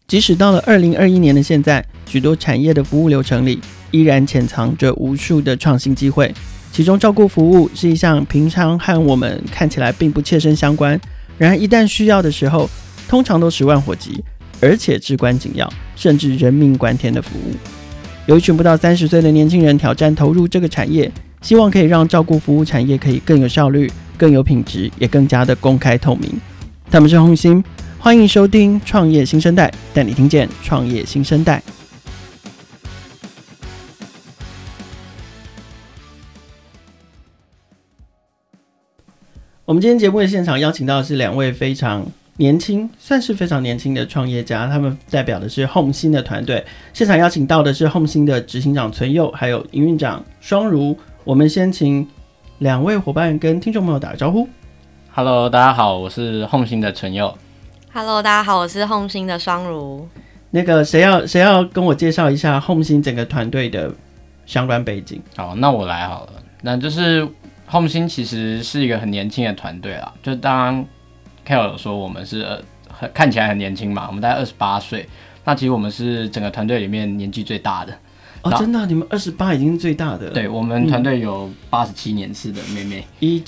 即使到了2021年的现在，许多产业的服务流程里依然潜藏着无数的创新机会，其中照顾服务是一项平常和我们看起来并不切身相关，然而一旦需要的时候，通常都10万火急，而且至关紧要，甚至人命关天的服务。有一群不到30岁的年轻人挑战投入这个产业，希望可以让照顾服务产业可以更有效率、更有品质，也更加的公开透明。他们是红心，欢迎收听创业新生代，带你听见创业新生代。我们今天节目的现场邀请到的是2位非常年轻，算是非常年轻的创业家，他们代表的是 Home 心的团队。现场邀请到的是 Home 心的执行长存佑，还有营运长双如。我们先请2位伙伴跟听众朋友打个招呼。 Hello， 大家好，我是 Home 心的存佑。 Hello， 大家好，我是 Home 心的双如。 那个谁要跟我介绍一下 Home 心整个团队的相关背景？ 好，那我来好了。那就是 Home 心其实是一个很年轻的团队啦，就当然 Carol 有说我们是看起来很年轻嘛，我们大概28岁。那其实我们是整个团队里面年纪最大的。 哦，真的、啊？你们28已经是最大的了？ 对，我们团队有87年次的妹妹。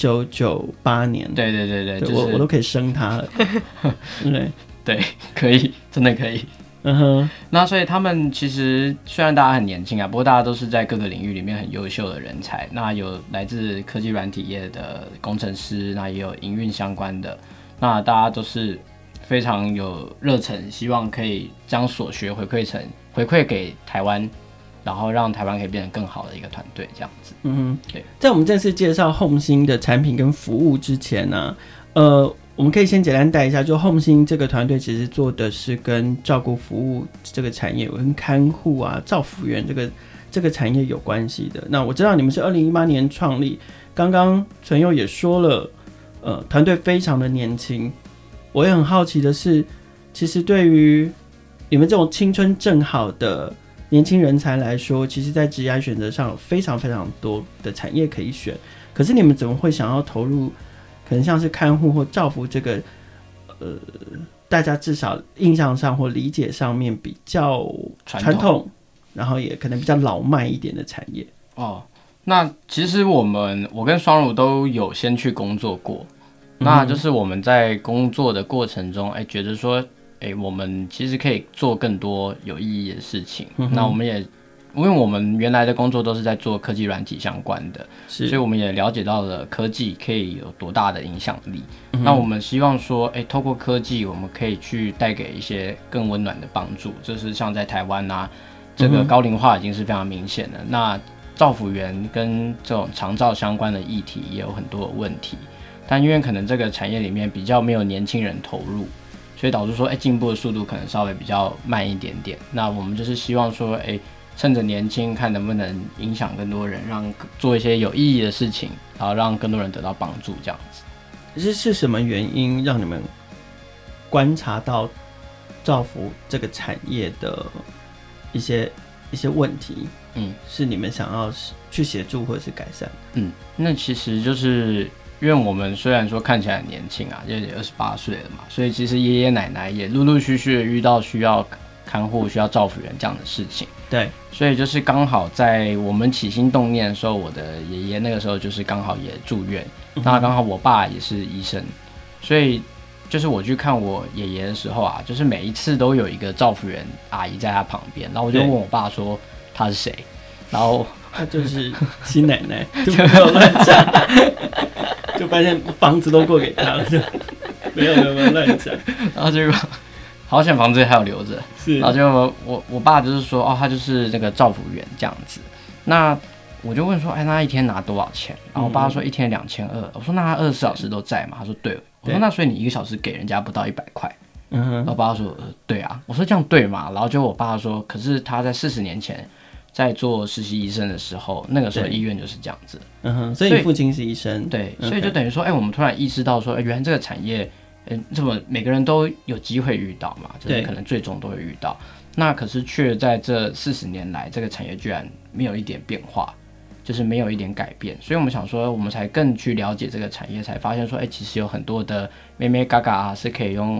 1998年。 对对对对， 对就是我都可以生她了。对对，可以，真的可以。 嗯哼。 那所以他们其实虽然大家很年轻啊，不过大家都是在各个领域里面很优秀的人才。那有来自科技软体业的工程师，那也有营运相关的。那大家都是非常有热忱，希望可以将所学回馈给台湾，然后让台湾可以变得更好的一个团队，这样子。 嗯哼， 对。 在我们正式介绍 Home 心的产品跟服务之前呢、我们可以先简单带一下，就 Home 心这个团队其实做的是跟照顾服务这个产业，跟看护啊、照服员这个产业有关系的。那我知道你们是2018年创立，刚刚存佑也说了。团队非常的年轻，我也很好奇的是，其实对于你们这种青春正好的年轻人才来说，其实在职业选择上有非常非常多的产业可以选。可是你们怎么会想要投入，可能像是看护或照服这个，大家至少印象上或理解上面比较传统，然后也可能比较老迈一点的产业？ 哦，那其实我跟双如都有先去工作过。那就是我们在工作的过程中，觉得说，我们其实可以做更多有意义的事情。那我们也，因为我们原来的工作都是在做科技软体相关的，所以我们也了解到了科技可以有多大的影响力。那我们希望说，透过科技，我们可以去带给一些更温暖的帮助。就是像在台湾啊，这个高龄化已经是非常明显的。那照服员跟这种长照相关的议题也有很多的问题。但因为可能这个产业里面比较没有年轻人投入，所以导致说，进步的速度可能稍微比较慢一点点。那我们就是希望说，趁着年轻，看能不能影响更多人，让做一些有意义的事情，然后让更多人得到帮助，这样子。 是什么原因让你们观察到照服这个产业的一些问题？是你们想要去协助或者是改善？ 那其实就是因为我们虽然说看起来很年轻啊，也28岁了嘛，所以其实爷爷奶奶也陆陆续续的遇到需要看护、需要照服员这样的事情。 对， 所以就是刚好在我们起心动念的时候，我的爷爷那个时候就是刚好也住院，那刚好我爸也是医生，所以就是我去看我爷爷的时候啊，就是每一次都有一个照服员阿姨在他旁边，然后我就问我爸说他是谁，然后他就是新奶奶，就没有乱讲，就发现房子都过给他了，就没有乱讲， 然后结果好险房子还有留着，然后就我爸就是说他就是那个照服员这样子，那我就问说那一天拿多少钱？然后我爸说一天2200，我说那他24小时都在嘛？他说对，我说那所以你1个小时给人家不到100块。然后我爸说对啊，我说这样对嘛？然后就我爸说，可是他在40年前在做实习医生的时候，那个时候医院就是这样子。 所以你父亲是医生， 对，所以就等于说，我们突然意识到说，原来这个产业，这么每个人都有机会遇到嘛，就是可能最终都会遇到。那可是却在这40年来，这个产业居然没有一点变化，就是没有一点改变。所以我们想说，我们才更去了解这个产业，才发现说，其实有很多的妹妹嘎嘎是可以用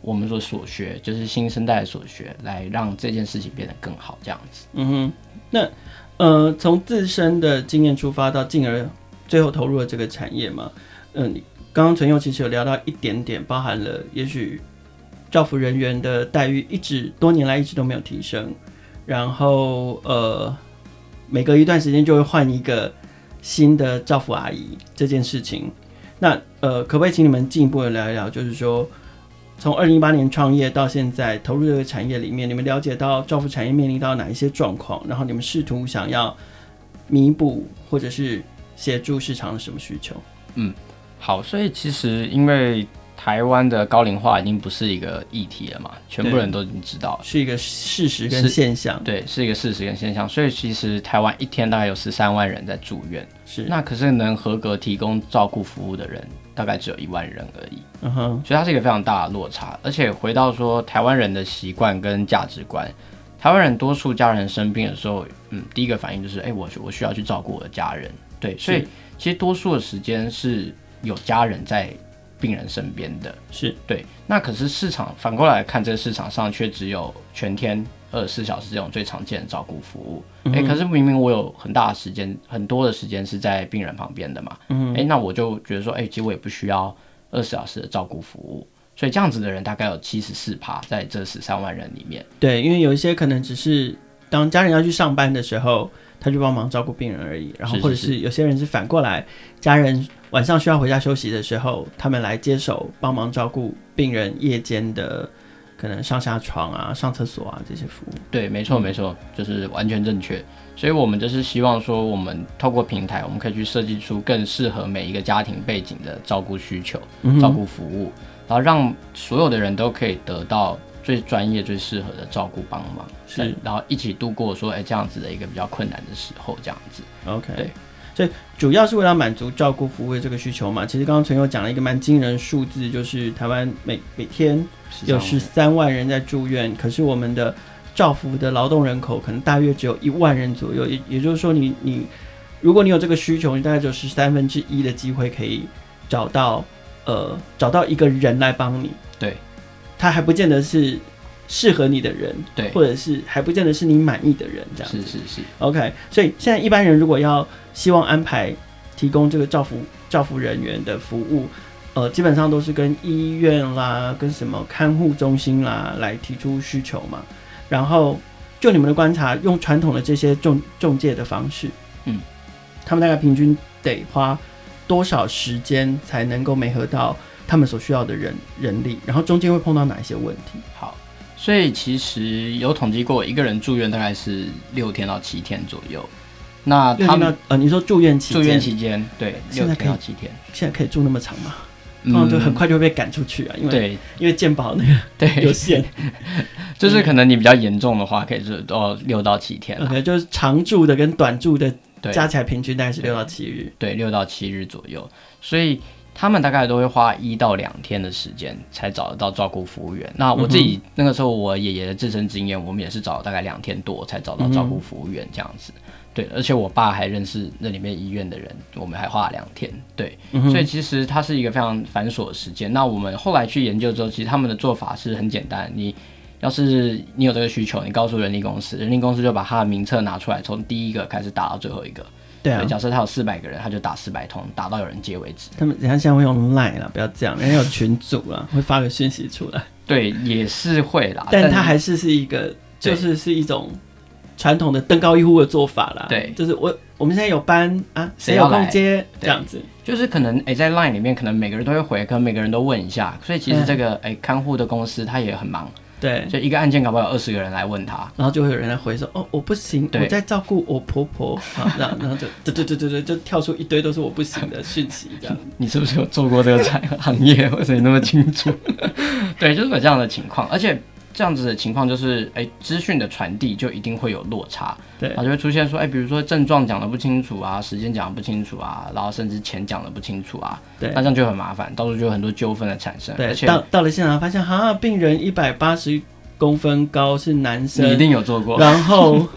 我们所学，就是新生代的所学，来让这件事情变得更好，这样子。 那从自身的经验出发，到进而最后投入了这个产业嘛，刚刚纯佑其实有聊到一点点，包含了也许照服人员的待遇多年来一直都没有提升，然后每隔一段时间就会换一个新的照服阿姨这件事情。那可不可以请你们进一步的聊一聊，就是说从2018年创业到现在投入这个产业里面，你们了解到照服产业面临到哪一些状况，然后你们试图想要弥补或者是协助市场的什么需求？ 好，所以其实因为台湾的高龄化已经不是一个议题了嘛，全部人都已经知道了， 是一个事实跟现象。 对，是一个事实跟现象。所以其实台湾一天大概有13万人在住院，那可是能合格提供照顾服务的人大概只有1万人而已。所以它是一个非常大的落差。而且回到说台湾人的习惯跟价值观，台湾人多数家人生病的时候，第一个反应就是，我需要去照顾我的家人。对，所以其实多数的时间是有家人在病人身边的，是对。那可是市场反过来看，这个市场上却只有全天24小时这种最常见的照顾服务。可是明明我有很大的时间，很多的时间是在病人旁边的嘛。那我就觉得说，其实我也不需要20小时的照顾服务。所以这样子的人大概有74%在这13万人里面。 对，因为有一些可能只是当家人要去上班的时候，他就帮忙照顾病人而已，然后或者是有些人是反过来，家人晚上需要回家休息的时候，他们来接手帮忙照顾病人夜间的可能上下床啊、上厕所啊这些服务。 对，没错没错，就是完全正确。所以我们就是希望说，我们透过平台，我们可以去设计出更适合每一个家庭背景的照顾需求、照顾服务，然后让所有的人都可以得到最专业、最适合的照顾帮忙，然后一起度过说，这样子的一个比较困难的时候，这样子。 OK， 对， 所以主要是为了满足照顾服务的这个需求嘛。其实刚刚陈佑讲了一个蛮惊人的数字，就是台湾每天有13万人在住院，可是我们的照服的劳动人口可能大约只有1万人左右，也就是说如果你有这个需求，你大概只有1/13的机会可以找到一个人来帮你。 对， 他还不见得是适合你的人，对，或者是还不见得是你满意的人，这样子。是 OK。所以现在一般人如果要希望安排提供这个照服人员的服务，基本上都是跟医院啦、跟什么看护中心啦来提出需求嘛。然后就你们的观察，用传统的这些中介的方式，他们大概平均得花多少时间才能够媒合到他们所需要的人力，然后中间会碰到哪一些问题？ 好，所以其实有统计过，一个人住院大概是6天到7天左右。那他们你说住院期间，对，6天到7天， 现在可以住那么长吗？就很快就会被赶出去啊，因为健保那个有限， 就是可能你比较严重的话，可以住6到7天。 OK， 就是长住的跟短住的加起来平均大概是6到7日， 对，6到7日左右。所以他们大概都会花1到2天的时间才找得到照顾服务员。那我自己那个时候，我爷爷的自身经验，我们也是找了大概2天多才找到照顾服务员这样子。对，而且我爸还认识那里面医院的人，我们还花了2天。对，所以其实它是一个非常繁琐的时间。那我们后来去研究之后，其实他们的做法是很简单。要是你有这个需求，你告诉人力公司，人力公司就把他的名册拿出来，从第一个开始打到最后一个。对啊，假设他有400个人，他就打400通，打到有人接为止。 他们人家现在会用 LINE 啦，不要这样，人家有群组啦，会发个讯息出来。 对，也是会啦， 但它还是一个，是一种传统的登高一呼的做法啦。对，就是我们现在有班啊，谁有空接这样子。 就是可能在 LINE 里面，可能每个人都会回，可能每个人都问一下，所以其实这个看护的公司他也很忙。对，就一个案件搞不好有20个人来问他， 然后就会有人来回说，我不行，我在照顾我婆婆，然后就对，就跳出一堆都是我不行的讯息，这样。 你是不是有做过这个行业，或者你那么清楚？对，就是有这样的情况，而且这样子的情况就是，资讯的传递就一定会有落差，对，然后就会出现说，比如说症状讲得不清楚啊，时间讲得不清楚啊，然后甚至钱讲得不清楚啊，对，那这样就很麻烦，到时候就有很多纠纷的产生。对，而且到了现场发现，病人180公分高是男生， 你一定有做过， 然后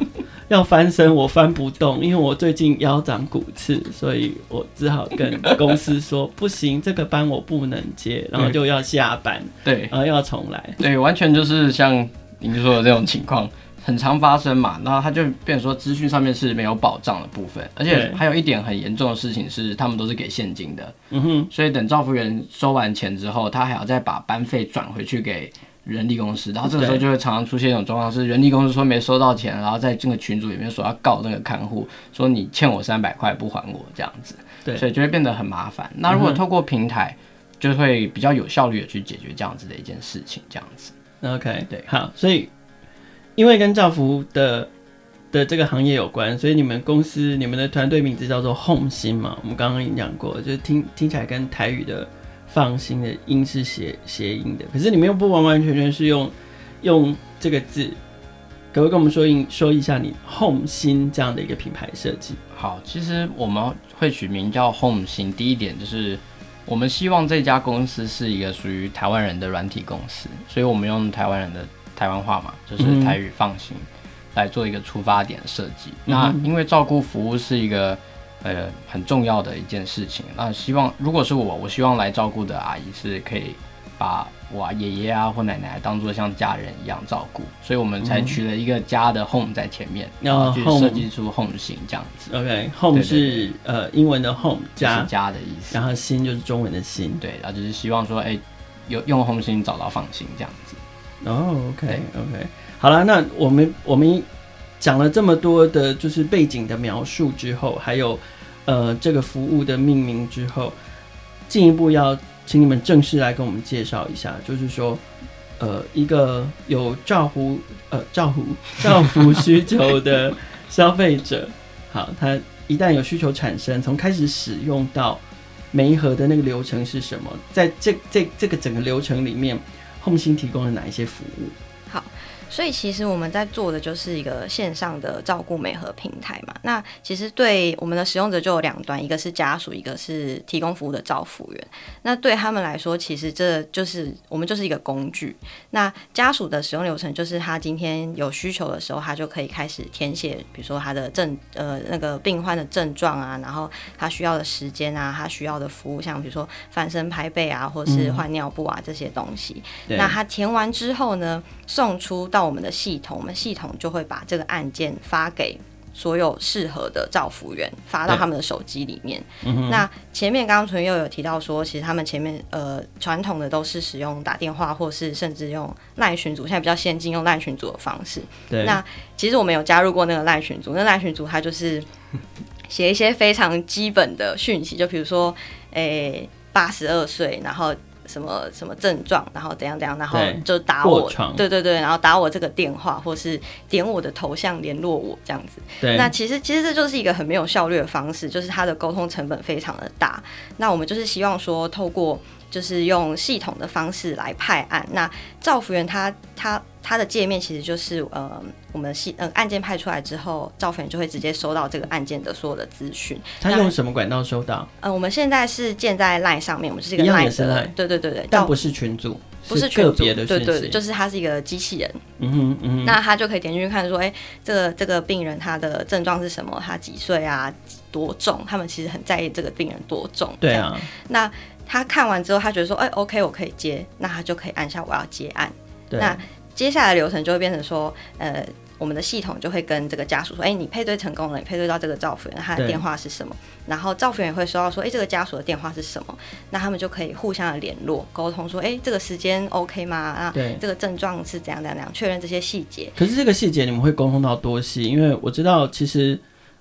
要翻身我翻不动，因为我最近腰长骨刺，所以我只好跟公司说不行，这个班我不能接，然后就要下班， 对， 然后要重来。 对，完全就是像您说的这种情况。很常发生嘛，然后他就变成说资讯上面是没有保障的部分，而且还有一点很严重的事情是，他们都是给现金的，所以等照服员收完钱之后，他还要再把班费转回去给人力公司，然后这个时候就会常常出现一种状况是，人力公司说没收到钱，然后在这个群组里面说要告那个看护，说你欠我300块不还我这样子，所以就会变得很麻烦。那如果透过平台，就会比较有效率的去解决这样子的一件事情，这样子。 OK， 对， 好，所以。因为跟照服的这个行业有关，所以你们公司你们的团队名字叫做 Home 心嘛，我们刚刚已经讲过，就是听起来跟台语的放心的音是谐音的，可是你们又不完完全全是用这个字，可不可以跟我们说一下你 Home 心这样的一个品牌设计？ 好，其实我们会取名叫 Home 心，第一点就是我们希望这家公司是一个属于台湾人的软体公司，所以我们用台湾人的台湾话嘛，就是台语放心，来做一个出发点设计。那因为照顾服务是一个很重要的一件事情，那希望如果是我希望来照顾的阿姨是可以把我爷爷啊或奶奶当作像家人一样照顾，所以我们才取了一个家的 home 在前面，然后去设计出 home 型这样子。 OK，home 是英文的 home 家， 就是家的意思， 然后心就是中文的心。 对，然后就是希望说，用 home 型找到放心这样子。 OK， 好了，那我们讲了这么多的，就是背景的描述之后，还有这个服务的命名之后，进一步要请你们正式来跟我们介绍一下，就是说，一个有照服需求的消费者，好，他一旦有需求产生，从开始使用到每一盒的那个流程是什么？在这个整个流程里面。Home 心提供了哪一些服务？ 好，所以其实我们在做的就是一个线上的照顾媒合平台嘛。那其实对我们的使用者就有两端，一个是家属，一个是提供服务的照服员。那对他们来说，其实这就是我们就是一个工具。那家属的使用流程就是他今天有需求的时候，他就可以开始填写，比如说他的那个病患的症状啊，然后他需要的时间啊，他需要的服务，像比如说翻身拍背啊，或是换尿布啊这些东西。那他填完之后呢，送出到我们的系统，我们系统就会把这个案件发给所有适合的照服员，发到他们的手机里面。那前面刚刚纯佑有提到说，其实他们前面传统的都是使用打电话，或是甚至用LINE群组，现在比较先进用LINE群组的方式。那其实我们有加入过那个LINE群组，那LINE群组它就是写一些非常基本的讯息，就比如说82岁，然后什么什么症状，然后怎样怎样，然后就打我，对，然后打我这个电话，或是点我的头像联络我这样子。那其实这就是一个很没有效率的方式，就是它的沟通成本非常的大。那我们就是希望说，透过就是用系统的方式来派案。那照服员他的界面其实就是我们案件派出来之后，照服员就会直接收到这个案件的所有的资讯。 他用什么管道收到？ 我们现在是建在 LINE 上面，我们就是一个 LINE 的，对， 但不是群组， 不是个别的讯息， 对，就是它是一个机器人。那他就可以点进去看说，这个病人他的症状是什么？他几岁啊？多重？他们其实很在意这个病人多重。 对啊。 那他看完之后，他觉得说，OK， 我可以接，那他就可以按下我要接案。那接下来的流程就会变成说，我们的系统就会跟这个家属说，你配对成功了，你配对到这个照服员，他的电话是什么？然后照服员也会收到说，这个家属的电话是什么？那他们就可以互相的联络沟通说，这个时间 OK 吗？这个症状是怎样，确认这些细节。 可是这个细节你们会沟通到多细？因为我知道其实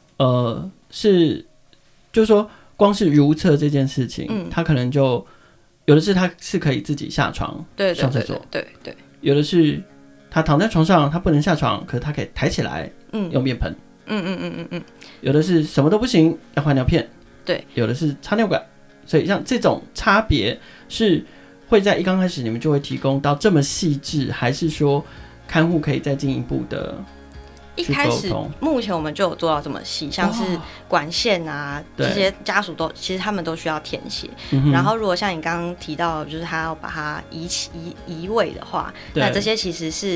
就是说光是如厕这件事情，他可能就有的是他是可以自己下床上厕所， 对， 有的是他躺在床上，他不能下床，可是他可以抬起来，用便盆，有的是什么都不行，要换尿片， 对， 有的是插尿管，所以像这种差别是会在一刚开始你们就会提供到这么细致，还是说看护可以再进一步的？ 一开始目前我们就有做到这么细，像是管线啊，这些家属都其实他们都需要填写。然后如果像你刚刚提到，就是他要把它移位的话，那这些其实是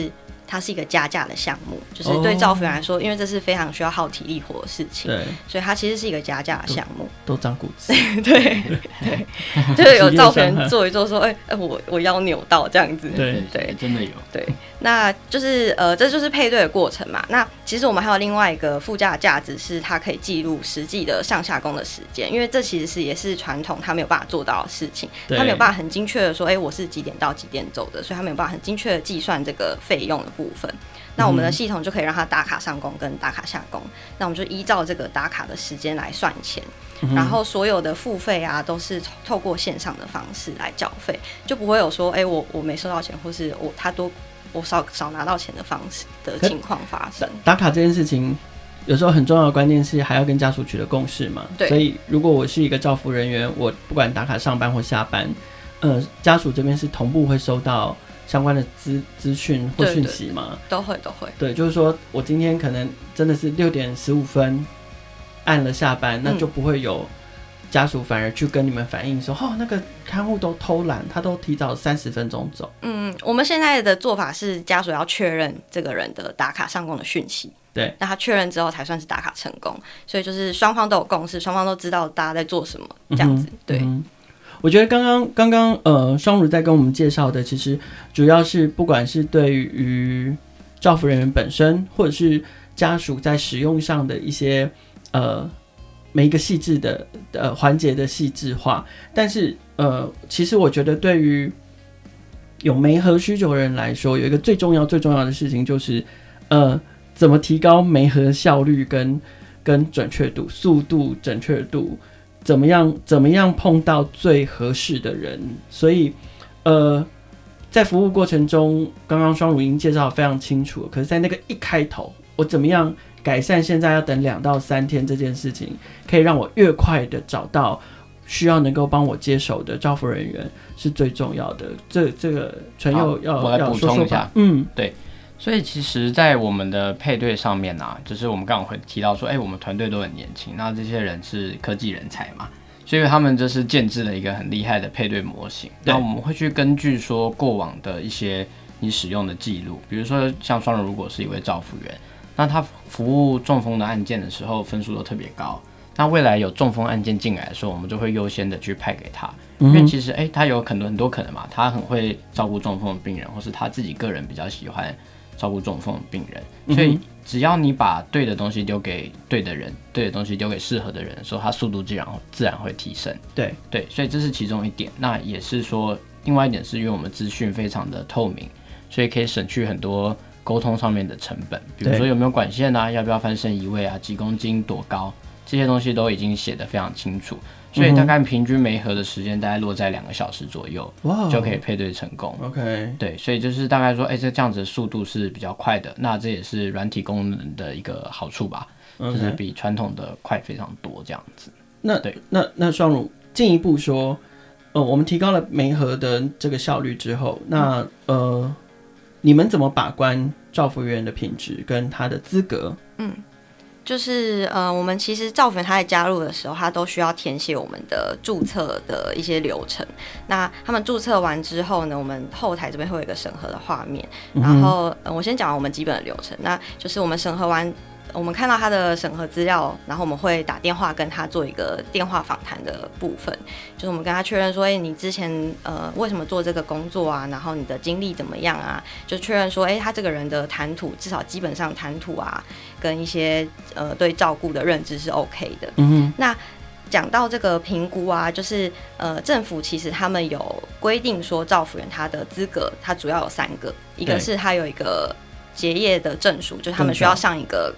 它是一个加价的项目，就是对照服员来说，因为这是非常需要耗体力活的事情， 对， 所以它其实是一个加价的项目。 都长骨刺， 对对，就是有照服员做一做说，我腰扭到这样子， 对对， 真的有。 对，那就是这就是配对的过程嘛。那其实我们还有另外一个附加的价值，是它可以记录实际的上下工的时间，因为这其实也是传统它没有办法做到的事情，它没有办法很精确的说，我是几点到几点走的，所以它没有办法很精确的计算这个费用的部分。那我们的系统就可以让它打卡上工跟打卡下工，那我们就依照这个打卡的时间来算钱，然后所有的付费啊都是透过线上的方式来缴费，就不会有说我没收到钱，或是我少拿到钱的方式的情况发生。 打卡这件事情有时候很重要的关键是还要跟家属取得共识嘛，所以如果我是一个照服人员，我不管打卡上班或下班，家属这边是同步会收到相关的资讯或讯息吗？ 都会。 对，就是说我今天可能真的是6点15分按了下班，那就不会有家属反而去跟你们反映说，那个看护都偷懒，他都提早30分钟走。 我们现在的做法是家属要确认这个人的打卡上工的讯息， 对， 那他确认之后才算是打卡成功，所以就是双方都有共识，双方都知道大家在做什么，这样子，对。 我觉得刚刚双如在跟我们介绍的，其实主要是不管是对于照服人员本身，或者是家属在使用上的一些每一个细致的环节的细致化，但是其实我觉得对于有媒合需求的人来说，有一个最重要的事情就是怎么提高媒合效率跟准确度、速度、准确度。怎么样碰到最合适的人？所以，在服务过程中，刚刚双如已经介绍得非常清楚了。可是，在那个一开头，我怎么样改善现在要等2到3天这件事情，可以让我越快的找到需要能够帮我接手的照服人员，是最重要的。这个纯佑我来补充一下，对。所以其实，在我们的配对上面啊，就是我们刚刚会提到说，我们团队都很年轻，那这些人是科技人才嘛，所以他们就是建制了一个很厉害的配对模型。那我们会去根据说过往的一些你使用的记录，比如说像双人如果是一位照服员，那他服务中风的案件的时候分数都特别高，那未来有中风案件进来的时候，我们就会优先的去派给他，因为其实他有很多可能嘛，他很会照顾中风的病人，或是他自己个人比较喜欢照顾中风的病人，所以只要你把对的东西丢给对的人，对的东西丢给适合的人的时候，它速度自然会提升。对，所以这是其中一点。那也是说，另外一点是因为我们资讯非常的透明，所以可以省去很多沟通上面的成本，比如说有没有管线啊，要不要翻身移位啊，几公斤多高，这些东西都已经写得非常清楚。所以大概平均媒合的时间大概落在2个小时左右，就可以配对成功。 OK， 对，所以就是大概说，这样子的速度是比较快的。那这也是软体功能的一个好处吧，就是比传统的快非常多这样子。 那双如进一步说，我们提高了媒合的这个效率之后，那你们怎么把关照服员的品质跟他的资格？ 就是我们其实照服员他在加入的时候，他都需要填写我们的注册的一些流程。那他们注册完之后呢，我们后台这边会有一个审核的画面。然后我先讲完我们基本的流程，那就是我们审核完，我们看到他的审核资料，然后我们会打电话跟他做一个电话访谈的部分，就是我们跟他确认说，你之前为什么做这个工作啊？然后你的经历怎么样啊？就确认说，他这个人的谈吐，至少基本上谈吐啊，跟一些对照顾的认知是 OK 的。那讲到这个评估啊，就是政府其实他们有规定说，照服员他的资格，他主要有3个，一个是他有一个结业的证书，就是他们需要上一个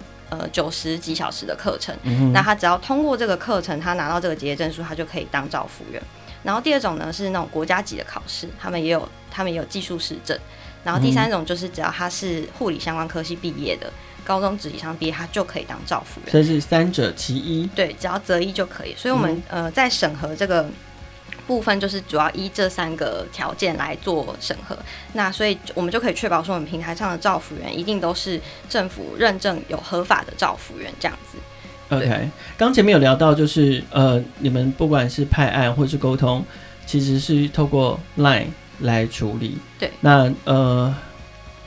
90几小时的课程，那他只要通过这个课程，他拿到这个结业证书，他就可以当照服员。然后第2种呢是那种国家级的考试，他们也有技术士证。然后第3种就是只要他是护理相关科系毕业的，高中职以上毕业，他就可以当照服员。 所以是3者其一。 对，只要择一就可以。所以我们在审核这个部分，就是主要依这3个条件来做审核。那所以我们就可以确保说，我们平台上的照服员一定都是政府认证有合法的照服员这样子。 OK， 刚前面有聊到，就是你们不管是派案或是沟通，其实是透过 LINE 来处理。 对。 那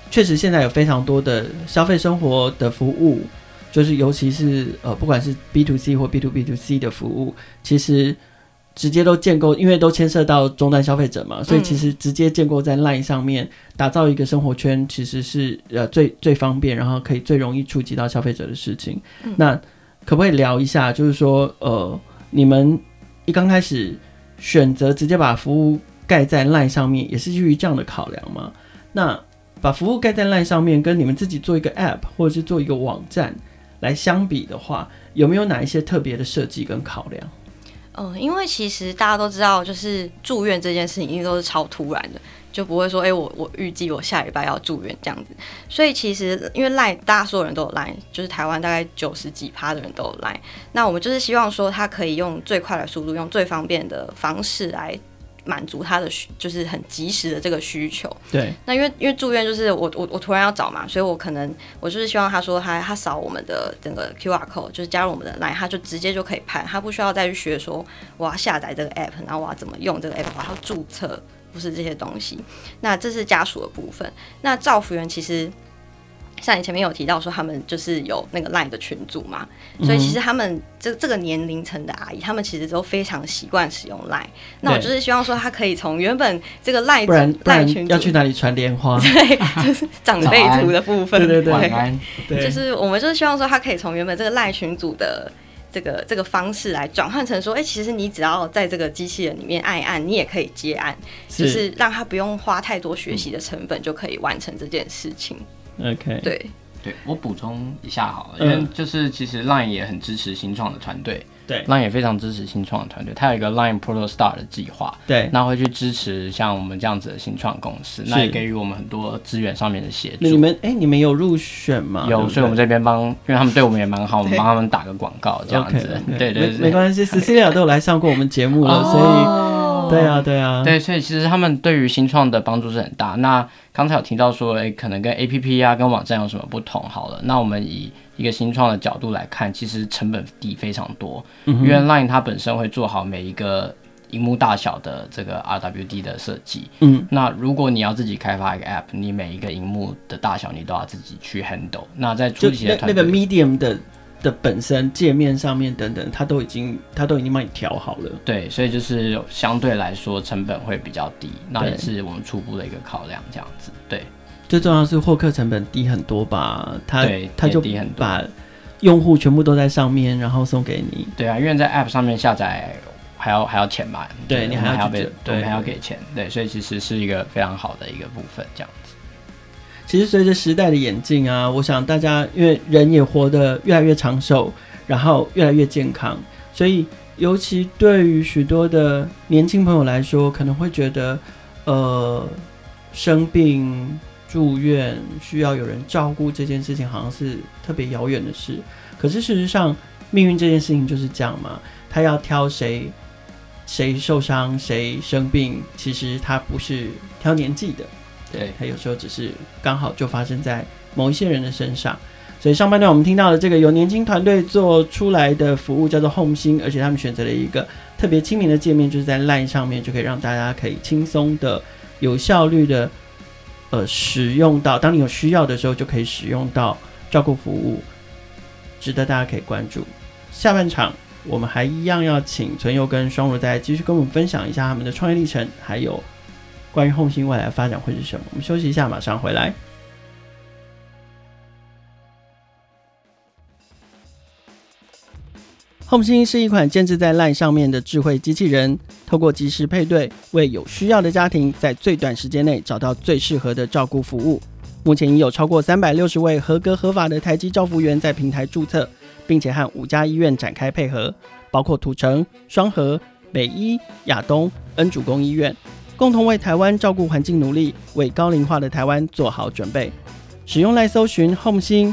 确实现在有非常多的消费生活的服务，就是尤其是不管是 B2C 或 B2B2C 的服务，其实直接都建构，因为都牵涉到终端消费者嘛，所以其实直接建构在 LINE 上面，打造一个生活圈，其实是最方便，然后可以最容易触及到消费者的事情。那可不可以聊一下，就是说你们一刚开始选择直接把服务盖在 LINE 上面，也是基于这样的考量吗？那把服务盖在 LINE 上面，跟你们自己做一个 App 或者是做一个网站来相比的话，有没有哪一些特别的设计跟考量？ 因为其实大家都知道，就是住院这件事情一定都是超突然的，就不会说，我预计我下礼拜要住院这样子。所以其实因为 LINE 大家所有人都有 LINE， 就是台湾大概90几%的人都有 LINE。那我们就是希望说，它可以用最快的速度，用最方便的方式来满足他的就是很及时的这个需求。 对。 那因为住院就是我突然要找嘛，所以我就是希望他说他扫我们的整个 QR code， 就是加入我们的 LINE， 他就直接就可以拍，他不需要再去学说我要下载这个 app， 然后我要怎么用这个 app， 我要注册，不是这些东西。那这是家属的部分。那照服员其实像你前面有提到说他们就是有那个 LINE 的群组嘛，所以其实他们这个年龄层的阿姨，他们其实都非常习惯使用 LINE。那我就是希望说他可以从原本这个 LINE 群组要去哪里传莲花？ 对，就是长辈图的部分。 对对对， 晚安。 对，就是我们就是希望说他可以从原本这个 LINE 群组的这个方式来转换成说，其实你只要在这个机器人里面按一按，你也可以接案，就是让他不用花太多学习的成本就可以完成这件事情。 OK， 对， 我补充一下好了，因为就是其实 LINE 也很支持新创的团队， 对 ，LINE 也非常支持新创的团队，它有一个 LINE Proto Star 的计划， 对， 那会去支持像我们这样子的新创公司，那也给予我们很多资源上面的协助。 你们有入选吗？ 有，所以我们这边因为他们对我们也蛮好，我们帮他们打个广告这样子。对对对， 没关系，Cecilia 都有来上过我们节目了，所以。对啊， 对，所以其实他们对于新创的帮助是很大。那刚才有提到说，可能跟 APP 啊、跟网站有什么不同？好了，那我们以一个新创的角度来看，其实成本低非常多，因为 LINE 它本身会做好每一个萤幕大小的这个 RWD 的设计。那如果你要自己开发一个 App， 你每一个萤幕的大小你都要自己去 handle。那在初期的团队， 那个 Medium 的本身界面上面等等，它都已经帮你调好了。 对，所以就是相对来说成本会比较低，那也是我们初步的一个考量，这样子。对， 最重要的是获客成本低很多吧？它就低很多， 把用户全部都在上面，然后送给你。 对啊，因为在 App 上面下载还要钱嘛， 对，你还要给钱，对，所以其实是一个非常好的一个部分，这样子。 其实随着时代的演进啊，我想大家因为人也活得越来越长寿，然后越来越健康，所以尤其对于许多的年轻朋友来说，可能会觉得生病住院需要有人照顾这件事情好像是特别遥远的事。可是事实上命运这件事情就是这样嘛，他要挑谁受伤谁生病，其实他不是挑年纪的，对，它有时候只是刚好就发生在某一些人的身上。所以上半段我们听到的这个由年轻团队做出来的服务叫做 Home 星，而且他们选择了一个特别亲民的界面，就是在 LINE 上面就可以让大家可以轻松的有效率的使用到，当你有需要的时候就可以使用到照顾服务，值得大家可以关注。下半场我们还一样要请存佑跟双如再继续跟我们分享一下他们的创业历程，还有关于 Home 星未来的发展会是什么。我们休息一下，马上回来。Home 星是一款建置在 LINE 上面的智慧机器人，透过即时配对，为有需要的家庭在最短时间内找到最适合的照顾服务。目前已有超过360位合格合法的台籍照服员在平台注册，并且和5家医院展开配合，包括土城、双和、北医、亚东、恩主公医院，共同为台湾照顾环境努力，为高龄化的台湾做好准备。使用来搜寻 Home 星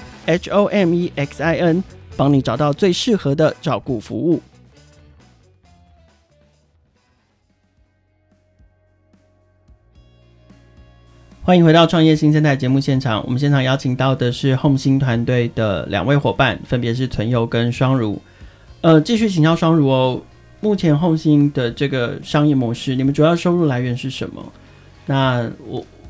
HOMEXIN，帮你找到最适合的照顾服务。欢迎回到创业新生代节目现场，我们现场邀请到的是 Home 星团队的2位伙伴，分别是存佑跟双如。继续请教双如哦，目前 Home 星的这个商业模式，你们主要收入来源是什么？那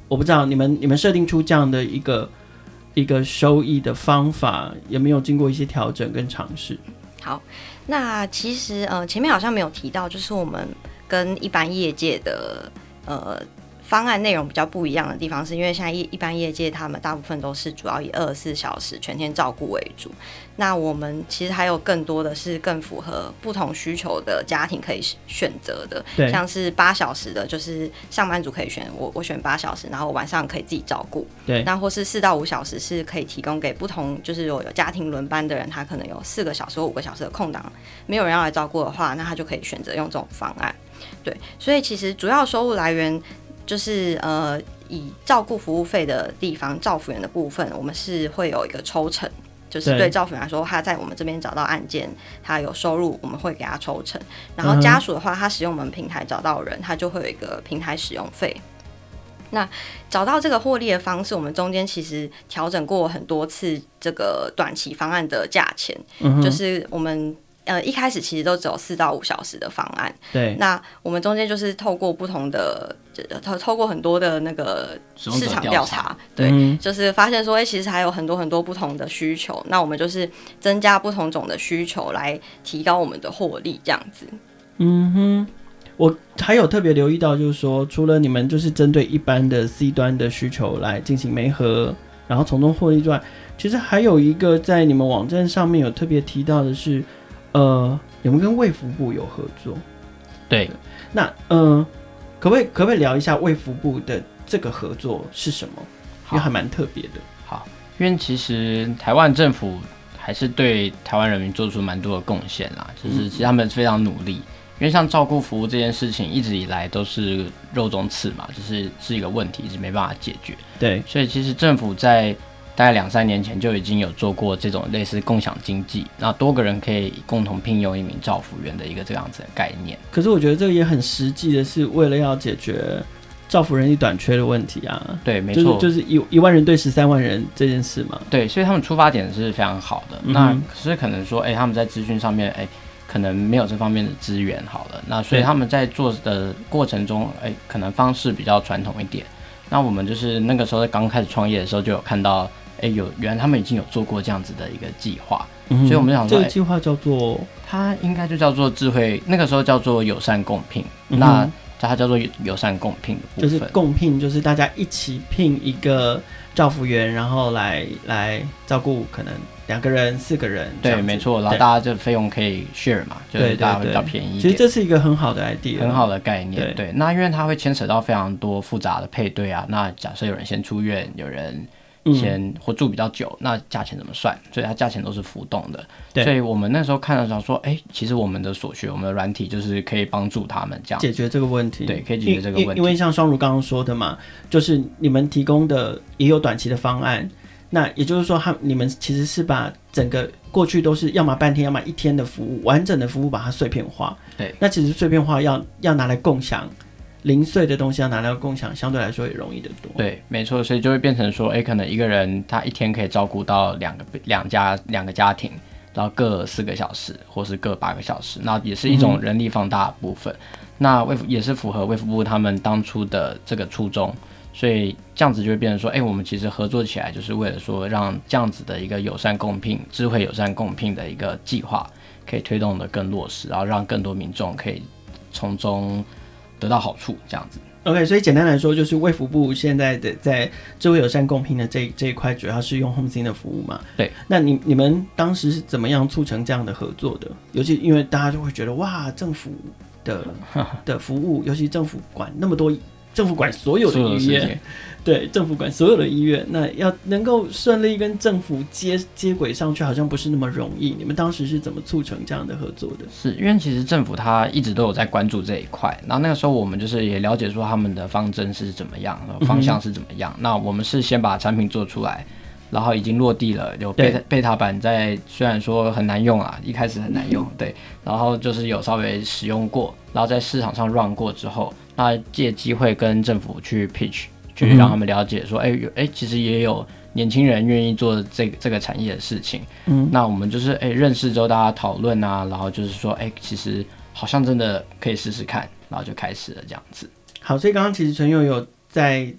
我不知道你们设定出这样的一个收益的方法，有没有经过一些调整跟尝试？ 好，那其实前面好像没有提到，就是我们跟一般业界的方案内容比较不一样的地方，是因为现在一般业界他们大部分都是主要以24小时全天照顾为主，那我们其实还有更多的是更符合不同需求的家庭可以选择的，像是8小时的，就是上班族可以选，我选8小时，然后晚上可以自己照顾， 对， 那或是4到5小时是可以提供给不同，就是有家庭轮班的人，他可能有4个小时或5个小时的空档，没有人要来照顾的话，那他就可以选择用这种方案。对，所以其实主要收入来源就是以照顾服务费的地方，照服员的部分，我们是会有一个抽成，就是对照服员来说，他在我们这边找到案件，他有收入，我们会给他抽成。然后家属的话，他使用我们平台找到人，他就会有一个平台使用费。那找到这个获利的方式，我们中间其实调整过很多次这个短期方案的价钱，就是我们一开始其实都只有4到5小时的方案， 对。 那我们中间就是透过不同的，透过很多的那个市场调查，对，就是发现说，其实还有很多很多不同的需求，那我们就是增加不同种的需求来提高我们的获利，这样子。 我还有特别留意到，就是说，除了你们就是针对一般的 C 端的需求来进行媒合，然后从中获利之外，其实还有一个在你们网站上面有特别提到的是，你们跟卫福部有合作。 对， 那可不可以聊一下卫福部的这个合作是什么？因为还蛮特别的。 好，因为其实台湾政府还是对台湾人民做出蛮多的贡献啦，就是其实他们非常努力。因为像照顾服务这件事情，一直以来都是肉中刺嘛，是一个问题，一直没办法解决。 对， 所以其实政府在大概2-3年前就已经有做过这种类似共享经济，那多个人可以共同聘用一名照服员的一个这样子的概念。 可是我觉得这个也很实际的是，为了要解决照服人力短缺的问题啊。 对，没错， 就是1万人对13万人这件事嘛。 对，所以他们出发点是非常好的。那可是可能说，他们在资讯上面，可能没有这方面的资源好了，那所以他们在做的过程中，可能方式比较传统一点。那我们就是那个时候刚开始创业的时候，就有看到，原来他们已经有做过这样子的一个计划，所以我们想说， 这个计划叫做， 它应该就叫做智慧，那个时候叫做友善共聘，那它叫做友善共聘的部分， 就是共聘，就是大家一起聘一个照服员，然后来照顾可能2个人、4个人， 对，没错，然后大家这费用可以 share 嘛，就是大家会比较便宜一点。 其实这是一个很好的 idea， 很好的概念。对，那因为它会牵扯到非常多复杂的配对啊。那假设有人先出院，有人先或住比较久，那价钱怎么算？所以它价钱都是浮动的。所以我们那时候看了想说，其实我们的所学，我们的软体就是可以帮助他们这样解决这个问题。 对，可以解决这个问题。 因为像双如刚刚说的嘛，就是你们提供的也有短期的方案。那也就是说，你们其实是把整个过去都是要么半天，要么1天的服务，完整的服务把它碎片化。 对， 那其实碎片化要拿来共享，零碎的东西要拿来共享，相对来说也容易得多。 对，没错，所以就会变成说，可能一个人他1天可以照顾到两个家庭，然后各4个小时，或是各8个小时，那也是一种人力放大的部分。那也是符合卫福部他们当初的这个初衷。所以这样子就会变成说，我们其实合作起来，就是为了说让这样子的一个友善共聘、智慧友善共聘的一个计划，可以推动的更落实，然后让更多民众可以从中得到好处，这样子。 OK， 所以简单来说，就是卫福部现在的在智慧友善共聘的这一块，主要是用 HomeSync 的服务嘛。 对。那你们当时是怎么样促成这样的合作的？尤其因为大家就会觉得，哇，政府的服务，尤其政府管那么多。政府管所有的医院，对，政府管所有的医院，那要能够顺利跟政府接轨上去，好像不是那么容易。你们当时是怎么促成这样的合作的？ 是因为其实政府他一直都有在关注这一块，然后那个时候我们就是也了解说他们的方针是怎么样，方向是怎么样。那我们是先把产品做出来，然后已经落地了，有贝塔版在，虽然说很难用啊，一开始很难用，对，然后就是有稍微使用过，然后在市场上 run 过之后。那借机会跟政府去 pitch， 去让他们了解说，其实也有年轻人愿意做这个产业的事情。那我们就是认识之后大家讨论啊，然后就是说，其实好像真的可以试试看，然后就开始了这样子。 好，所以刚刚其实陈佑有在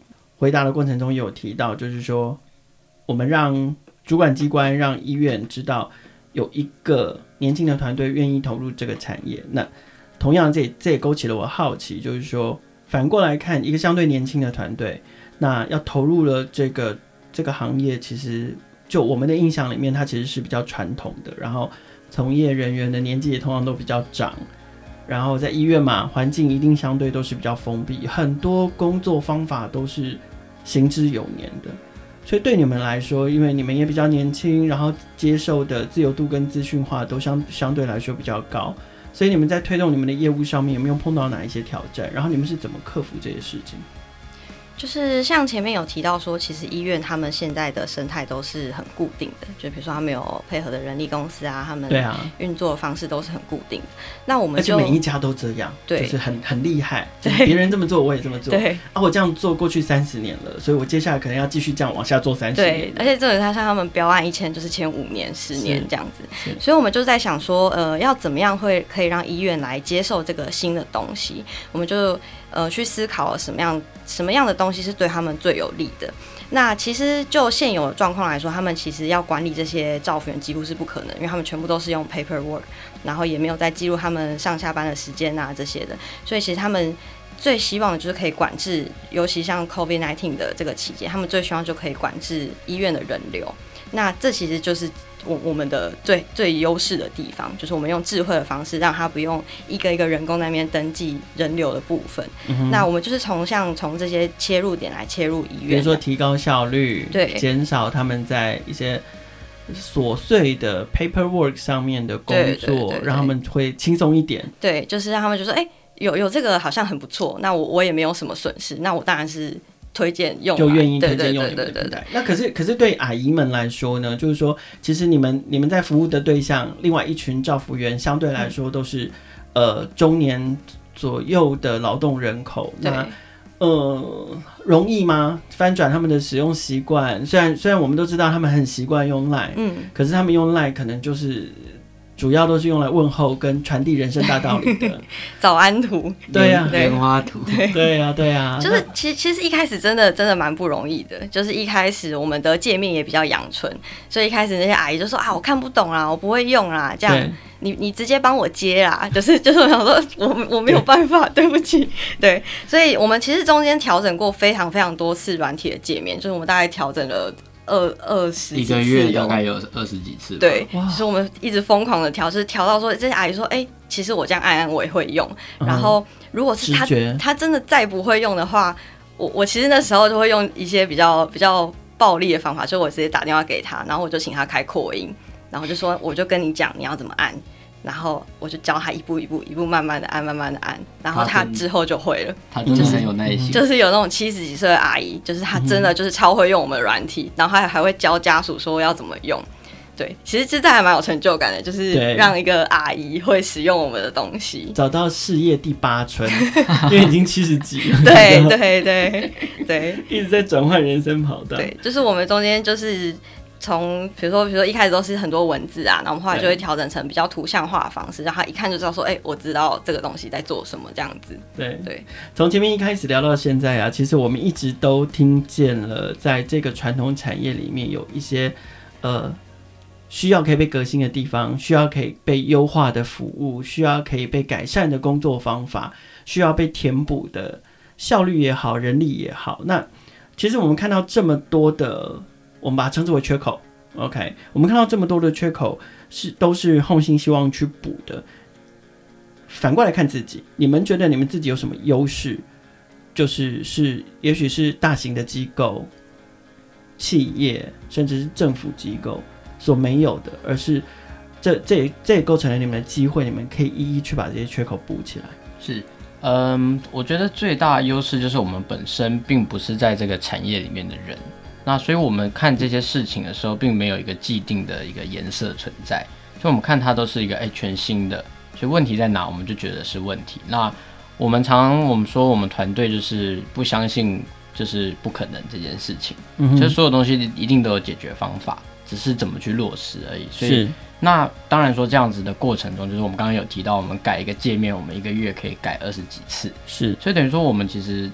回答的过程中也有提到，就是说我们让主管机关让医院知道有一个年轻的团队愿意投入这个产业。那同样这也勾起了我好奇，就是说反过来看一个相对年轻的团队，那要投入了这个行业，其实就我们的印象里面它其实是比较传统的，然后从业人员的年纪也通常都比较长，然后在医院嘛，环境一定相对都是比较封闭，很多工作方法都是行之有年的。所以对你们来说，因为你们也比较年轻，然后接受的自由度跟资讯化都相对来说比较高，所以你们在推动你们的业务上面有没有碰到哪一些挑战？然后你们是怎么克服这些事情？ 就是像前面有提到说，其实医院他们现在的生态都是很固定的，就比如说他们有配合的人力公司啊，他们运作的方式都是很固定的。那我们就而且每一家都这样， 对， 就是很厉害，就是别人这么做我也这么做， 对啊，我这样做过去30年了，所以我接下来可能要继续这样往下做30年。 对，而且这个像他们标案一签就是签5年、10年这样子，所以我们就在想说，要怎么样可以让医院来接受这个新的东西，我们就去思考什么样的东西是对他们最有利的。那其实就现有的状况来说，他们其实要管理这些照服员几乎是不可能，因为他们全部都是用 paperwork， 然后也没有在记录他们上下班的时间啊这些的，所以其实他们最希望的就是可以管制，尤其像 COVID-19 的这个期间，他们最希望就可以管制医院的人流。那这其实就是我们的最优势的地方，就是我们用智慧的方式，让他不用一个一个人工在那边登记人流的部分。那我们就是从这些切入点来切入医院， 比如说提高效率， 对， 减少他们在一些琐碎的 paperwork 上面的工作，对，让他们会轻松一点。 对，就是让他们就说，有这个好像很不错，那我也没有什么损失，那我当然是推荐用， 就愿意推荐用你们的平台。那可是对阿姨们来说呢，就是说，其实你们在服务的对象，另外一群照服员相对来说都是中年左右的劳动人口。那容易吗？翻转他们的使用习惯？虽然我们都知道他们很习惯用 LINE，可是他们用 LINE 可能就是主要都是用来问候跟传递人生大道理的早安图， 对呀， 莲花图， 对呀， 就是其实一开始真的蛮不容易的，就是一开始我们的界面也比较阳春，所以一开始那些阿姨就说啊，我看不懂啦，我不会用啦，这样你直接帮我接啦，就是我想说我没有办法，对不起，对，所以我们其实中间调整过非常非常多次软体的界面，就是我们大概调整了20几次， 一个月大概有20几次吧。 对，就是我们一直疯狂的调，就是调到说这些阿姨说，其实我这样按我也会用。然后如果是他真的再不会用的话，我其实那时候就会用一些比较暴力的方法，就我直接打电话给他，然后我就请他开扩音，然后就说我就跟你讲你要怎么按。然后我就教他一步慢慢的按，然后他之后就会了。 他真的很有耐心， 就是有那种70几岁的阿姨，就是他真的就是超会用我们的软体，然后还会教家属说要怎么用。对，其实这还蛮有成就感的，就是让一个阿姨会使用我们的东西，找到事业第8春，因为已经70几了。 对， 一直在转换人生跑道。 对，就是我们中间就是从比如说一开始都是很多文字啊，然后我们后来就会调整成比较图像化的方式，让他一看就知道说，我知道这个东西在做什么这样子。对， 从前面一开始聊到现在啊，其实我们一直都听见了，在这个传统产业里面有一些需要可以被革新的地方，需要可以被优化的服务，需要可以被改善的工作方法，需要被填补的效率也好，人力也好。那其实我们看到这么多的，我们把它称之为缺口 ，OK？ 我们看到这么多的缺口都是Home星希望去补的。反过来看自己，你们觉得你们自己有什么优势？就是也许是大型的机构、企业，甚至是政府机构所没有的，而是这也构成了你们的机会，你们可以一一去把这些缺口补起来。 是。我觉得最大的优势就是我们本身并不是在这个产业里面的人。那所以我们看这些事情的时候，并没有一个既定的一个颜色存在，所以我们看它都是一个全新的，所以问题在哪，我们就觉得是问题。那我们说我们团队就是不相信就是不可能这件事情，就是所有东西一定都有解决方法，只是怎么去落实而已。所以那当然说这样子的过程中，就是我们刚刚有提到，我们改一个界面，我们一个月可以改20几次， 是， 所以等于说我们其实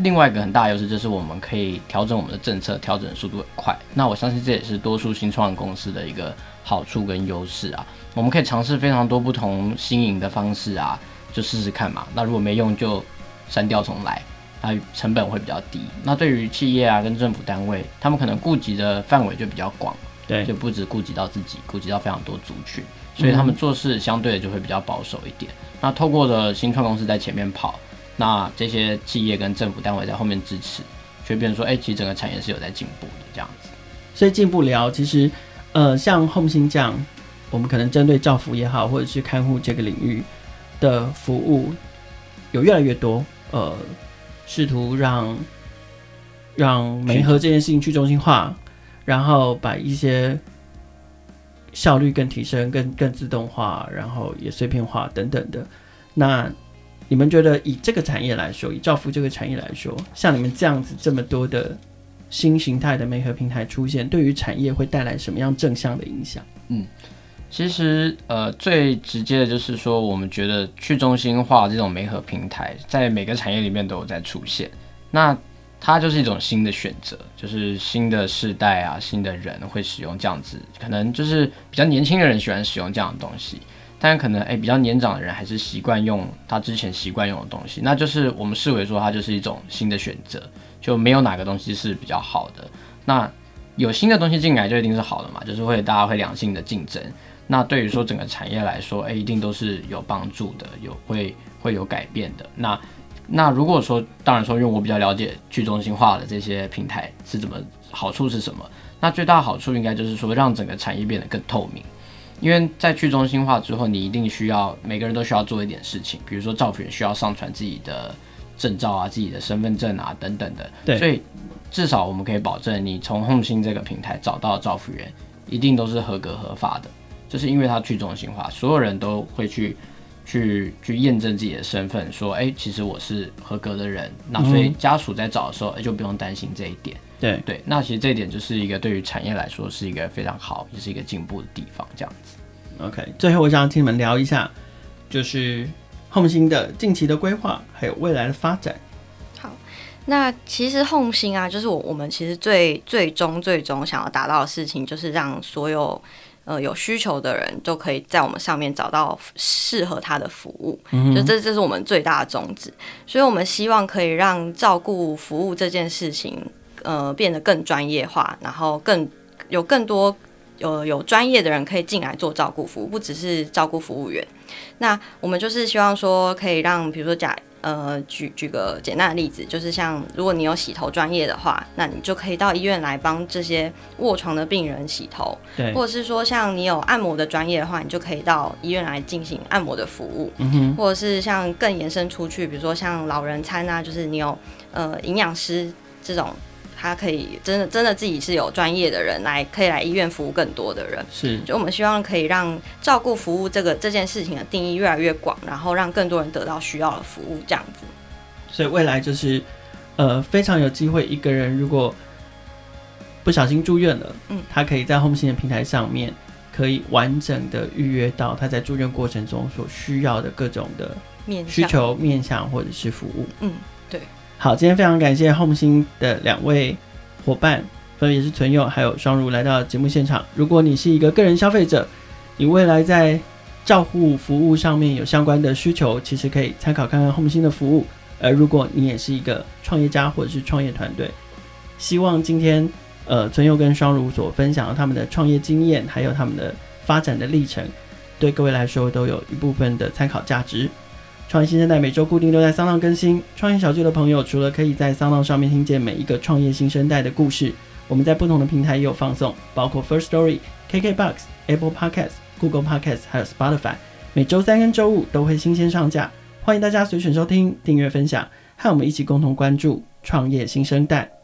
另外一个很大的优势就是我们可以调整我们的政策，调整的速度很快。那我相信这也是多数新创公司的一个好处跟优势啊。我们可以尝试非常多不同新颖的方式啊，就试试看嘛。那如果没用就删掉重来，它成本会比较低。那对于企业啊跟政府单位，他们可能顾及的范围就比较广， 对， 就不只顾及到自己，顾及到非常多族群，所以他们做事相对的就会比较保守一点。那透过的新创公司在前面跑。那这些企业跟政府单位在后面支持，就变成说，其实整个产业是有在进步的这样子。 所以进步聊，其实，像Home星这样，我们可能针对照服也好，或者是看护这个领域的服务，有越来越多，试图让媒合这件事情去中心化，然后把一些效率更提升、更自动化，然后也碎片化等等的。那你们觉得以这个产业来说，以照服这个产业来说，像你们这样子这么多的新形态的媒合平台出现，对于产业会带来什么样正向的影响？ 其实最直接的就是说，我们觉得去中心化这种媒合平台，在每个产业里面都有在出现。那它就是一种新的选择，就是新的世代啊，新的人会使用这样子，可能就是比较年轻的人喜欢使用这样的东西。但可能比较年长的人还是习惯用他之前习惯用的东西，那就是我们视为说它就是一种新的选择，就没有哪个东西是比较好的。那有新的东西进来就一定是好的嘛，就是大家会良性的竞争。那对于说整个产业来说，一定都是有帮助的，会有改变的。那如果说，当然说，因为我比较了解去中心化的这些平台是怎么，好处是什么？那最大的好处应该就是说让整个产业变得更透明。因为在去中心化之后，你一定需要每个人都需要做一点事情，比如说照服员需要上传自己的证照啊、自己的身份证啊等等的。 对， 所以至少我们可以保证，你从Home星这个平台找到的照服员，一定都是合格合法的，就是因为它去中心化，所有人都会去验证自己的身份，说，其实我是合格的人。那所以家属在找的时候，就不用担心这一点。对，那其实这一点就是一个对于产业来说是一个非常好，也是一个进步的地方，这样子。 OK， 最后我想听你们聊一下，就是Home星的近期的规划，还有未来的发展。 好，那其实Home星啊，就是我们其实最终想要达到的事情，就是让所有有需求的人都可以在我们上面找到适合他的服务，就这是我们最大的宗旨。所以我们希望可以让照顾服务这件事情变得更专业化，然后更多有专业的人可以进来做照顾服务，不只是照顾服务员。那我们就是希望说可以让，比如说举个简单的例子，就是像如果你有洗头专业的话，那你就可以到医院来帮这些卧床的病人洗头， 对， 或者是说像你有按摩的专业的话，你就可以到医院来进行按摩的服务，或者是像更延伸出去，比如说像老人餐啊，就是你有营养师这种。他可以真的自己是有专业的人可以来医院服务更多的人， 是，就我们希望可以让照顾服务这件事情的定义越来越广，然后让更多人得到需要的服务，这样子。 所以未来就是非常有机会，一个人如果不小心住院了，他可以在Home星的平台上面可以完整的预约到他在住院过程中所需要的各种的需求面向或者是服务。 对。 好，今天非常感谢Home星的两位伙伴，分别是存佑还有双如来到节目现场。如果你是一个个人消费者，你未来在照护服务上面有相关的需求，其实可以参考看看Home星的服务。而如果你也是一个创业家或者是创业团队，希望今天存佑跟双如所分享的他们的创业经验，还有他们的发展的历程，对各位来说都有一部分的参考价值。创业新生代每周固定都在SoundOn更新，创业小聚的朋友除了可以在SoundOn上面听见每一个创业新生代的故事，我们在不同的平台也有放送，包括 Firstory、KKBOX、Apple Podcast、Google Podcast 还有 Spotify， 每周三跟周五都会新鲜上架，欢迎大家随选收听、订阅、分享，和我们一起共同关注创业新生代。